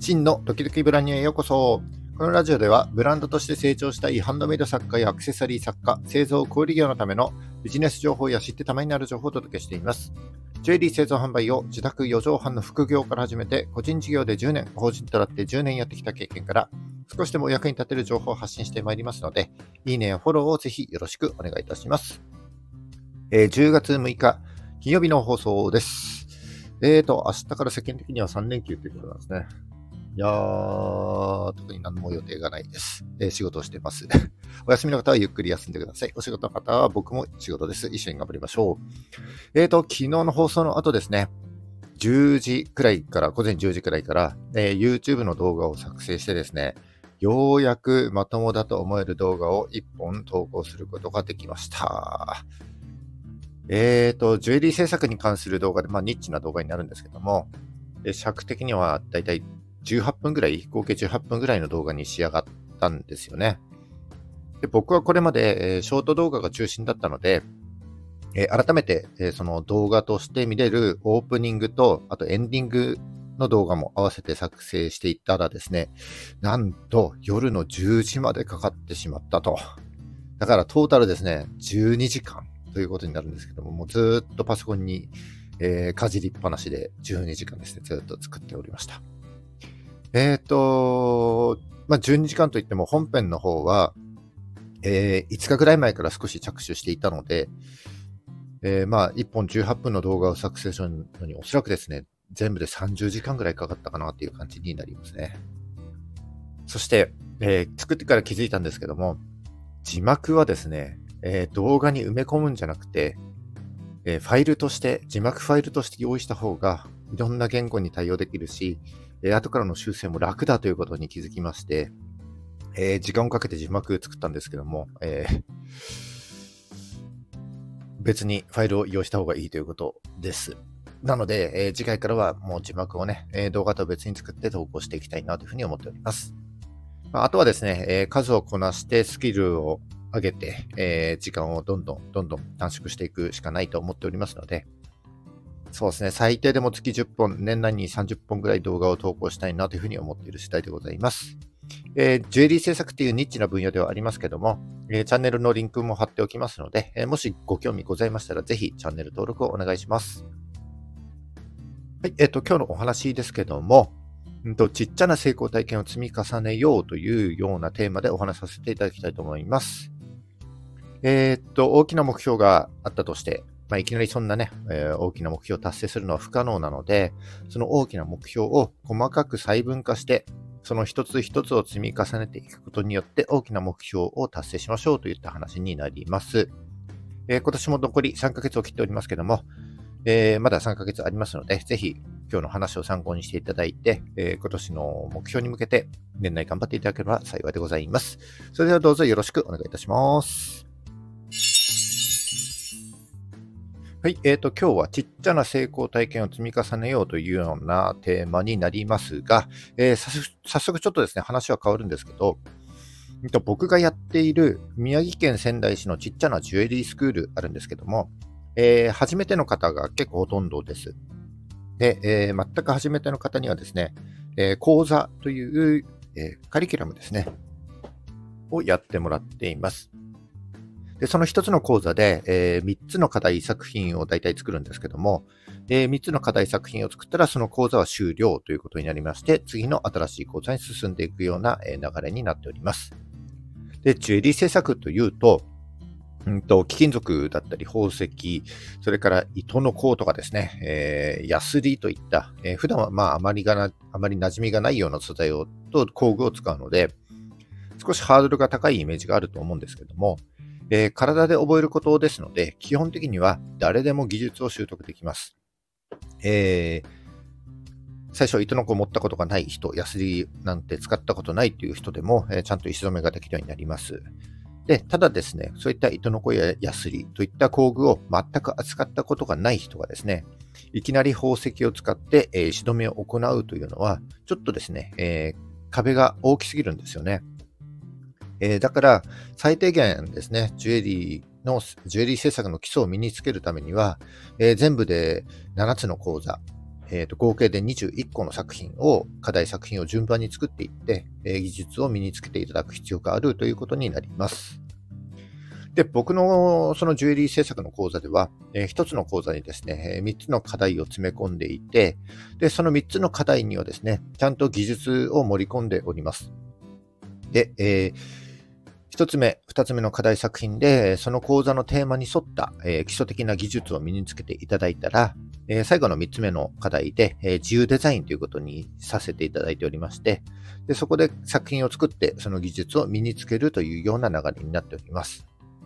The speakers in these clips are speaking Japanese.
真のドキドキブランニュへようこそ。このラジオではブランドとして成長したいハンドメイド作家やアクセサリー作家、製造小売業のためのビジネス情報や知ってためになる情報をお届けしています。ジュエリー製造販売を自宅4畳半の副業から始めて、個人事業で10年、法人となって10年やってきた経験から、少しでもお役に立てる情報を発信してまいりますので、いいねやフォローをぜひよろしくお願いいたします。10月6日、金曜日の放送です。明日から世間的には3連休ということなんですね。いやー、特に何も予定がないです。仕事をしています。お休みの方はゆっくり休んでください。お仕事の方は僕も仕事です。一緒に頑張りましょう。昨日の放送の後ですね、10時くらいから、午前10時くらいから、YouTube の動画を作成してですね、ようやくまともだと思える動画を1本投稿することができました。ジュエリー制作に関する動画で、ニッチな動画になるんですけども、尺的にはだいたい18分ぐらい、合計18分ぐらいの動画に仕上がったんですよね。で、僕はこれまで、ショート動画が中心だったので、改めて、その動画として見れるオープニングと、あとエンディングの動画も合わせて作成していったらですね、なんと夜の10時までかかってしまったと。だからトータルですね、12時間ということになるんですけども、もうずっとパソコンに、かじりっぱなしで12時間ですね、ずっと作っておりました。12時間といっても本編の方は、5日ぐらい前から少し着手していたので、1本18分の動画を作成するのにおそらくですね、全部で30時間ぐらいかかったかなという感じになりますね。そして、作ってから気づいたんですけども、字幕はですね、動画に埋め込むんじゃなくて、ファイルとして、字幕ファイルとして用意した方が、いろんな言語に対応できるし、後からの修正も楽だということに気づきまして、時間をかけて字幕作ったんですけども、別にファイルを用意した方がいいということです。なので、次回からはもう字幕をね、動画と別に作って投稿していきたいなというふうに思っております。あとはですね、数をこなしてスキルを上げて、時間をどんどん短縮していくしかないと思っておりますので、そうですね、最低でも月10本、年内に30本ぐらい動画を投稿したいなというふうに思っている次第でございます。ジュエリー制作というニッチな分野ではありますけども、チャンネルのリンクも貼っておきますので、もしご興味ございましたら、ぜひチャンネル登録をお願いします。はい、今日のお話ですけども、ちっちゃな成功体験を積み重ねようというようなテーマでお話しさせていただきたいと思います。大きな目標があったとして、いきなりそんなね、大きな目標を達成するのは不可能なので、その大きな目標を細かく細分化して、その一つ一つを積み重ねていくことによって大きな目標を達成しましょうといった話になります。今年も残り3ヶ月を切っておりますけども、まだ3ヶ月ありますので、ぜひ今日の話を参考にしていただいて、今年の目標に向けて年内頑張っていただければ幸いでございます。それではどうぞよろしくお願いいたします。はい、今日はちっちゃな成功体験を積み重ねようというようなテーマになりますが、早速ちょっとですね、話は変わるんですけど、僕がやっている宮城県仙台市のちっちゃなジュエリースクールあるんですけども、初めての方が結構ほとんどです。で、全く初めての方にはですね、講座という、カリキュラムですね、をやってもらっています。で、その一つの講座で、3つの課題作品を大体作るんですけども、3つの課題作品を作ったらその講座は終了ということになりまして、次の新しい講座に進んでいくような流れになっております。で、ジュエリー制作というと、貴金属だったり宝石、それから糸の甲とかですね、ヤスリといった、普段はあまり馴染みがないような素材と工具を使うので、少しハードルが高いイメージがあると思うんですけども、体で覚えることですので、基本的には誰でも技術を習得できます。最初、糸の子を持ったことがない人、ヤスリなんて使ったことないという人でも、ちゃんと石染めができるようになります。で、ただですね、そういった糸の子やヤスリといった工具を全く扱ったことがない人がですね、いきなり宝石を使って、石染めを行うというのは、ちょっとですね、壁が大きすぎるんですよね。だから、最低限ですね、ジュエリー制作の基礎を身につけるためには、全部で7つの講座、 合計で21個の作品を、課題作品を順番に作っていって、技術を身につけていただく必要があるということになります。で、僕のそのジュエリー制作の講座では、1つの講座にですね、3つの課題を詰め込んでいて、で、その3つの課題にはですね、ちゃんと技術を盛り込んでおります。で、1つ目、2つ目の課題作品で、その講座のテーマに沿った、基礎的な技術を身につけていただいたら、最後の3つ目の課題で、自由デザインということにさせていただいておりまして、でそこで作品を作って、その技術を身につけるというような流れになっております。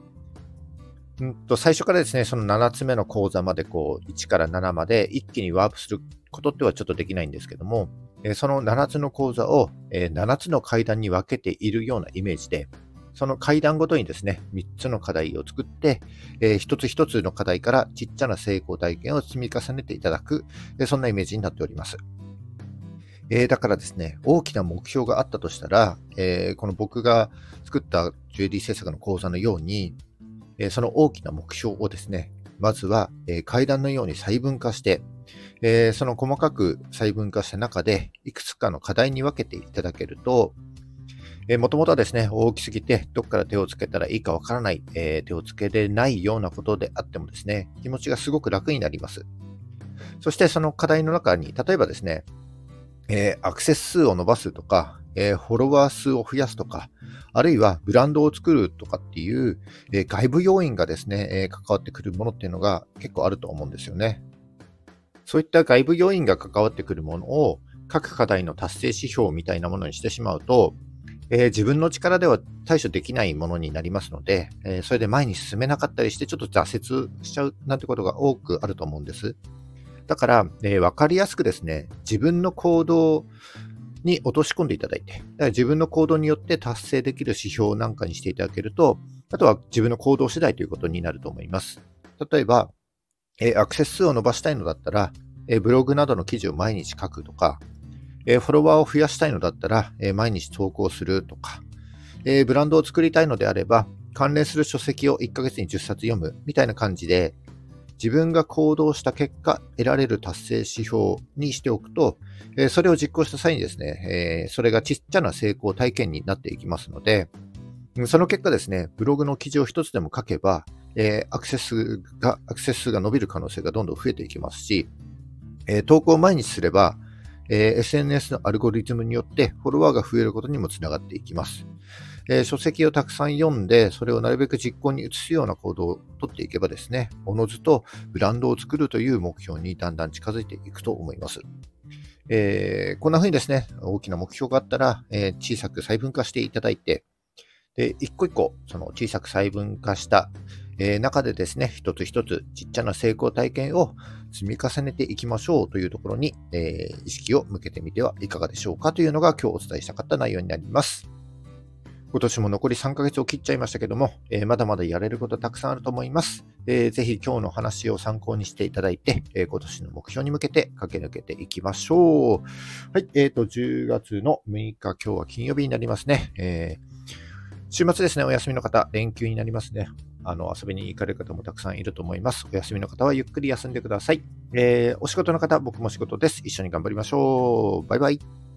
最初からですね、その7つ目の講座まで1から7まで一気にワープすることってはちょっとできないんですけども、その7つの講座を7つの階段に分けているようなイメージで、その階段ごとにですね、3つの課題を作って、一つ一つの課題からちっちゃな成功体験を積み重ねていただく、そんなイメージになっております。だからですね、大きな目標があったとしたら、この僕が作ったジュエリー制作の講座のように、その大きな目標をですね、まずは、階段のように細分化して、その細かく細分化した中で、いくつかの課題に分けていただけると、もともとはですね、大きすぎて、どこから手をつけたらいいかわからない、手をつけれないようなことであってもですね、気持ちがすごく楽になります。そしてその課題の中に、例えばですね、アクセス数を伸ばすとか、フォロワー数を増やすとか、あるいはブランドを作るとかっていう、外部要因がですね、関わってくるものっていうのが結構あると思うんですよね。そういった外部要因が関わってくるものを各課題の達成指標みたいなものにしてしまうと、自分の力では対処できないものになりますので、それで前に進めなかったりしてちょっと挫折しちゃうなんてことが多くあると思うんです。だから、わかりやすくですね、自分の行動に落とし込んでいただいて、だから自分の行動によって達成できる指標なんかにしていただけると、あとは自分の行動次第ということになると思います。例えば、アクセス数を伸ばしたいのだったら、ブログなどの記事を毎日書くとか、フォロワーを増やしたいのだったら、毎日投稿するとか、ブランドを作りたいのであれば、関連する書籍を1ヶ月に10冊読むみたいな感じで、自分が行動した結果、得られる達成指標にしておくと、それを実行した際にですね、それがちっちゃな成功体験になっていきますので、その結果ですね、ブログの記事を一つでも書けば、アクセス数が伸びる可能性がどんどん増えていきますし、投稿を毎日すれば、SNS のアルゴリズムによってフォロワーが増えることにもつながっていきます。書籍をたくさん読んで、それをなるべく実行に移すような行動をとっていけばですね、おのずとブランドを作るという目標にだんだん近づいていくと思います。こんな風にですね、大きな目標があったら、小さく細分化していただいて、で、一個一個、その小さく細分化した、中でですね、一つ一つちっちゃな成功体験を積み重ねていきましょうというところに、意識を向けてみてはいかがでしょうかというのが今日お伝えしたかった内容になります。今年も残り3ヶ月を切っちゃいましたけども、まだまだやれることたくさんあると思います。ぜひ今日の話を参考にしていただいて、今年の目標に向けて駆け抜けていきましょう。はい、10月の6日、今日は金曜日になりますね。週末ですね、お休みの方、連休になりますね。遊びに行かれる方もたくさんいると思います。お休みの方はゆっくり休んでください。お仕事の方、僕も仕事です。一緒に頑張りましょう。バイバイ。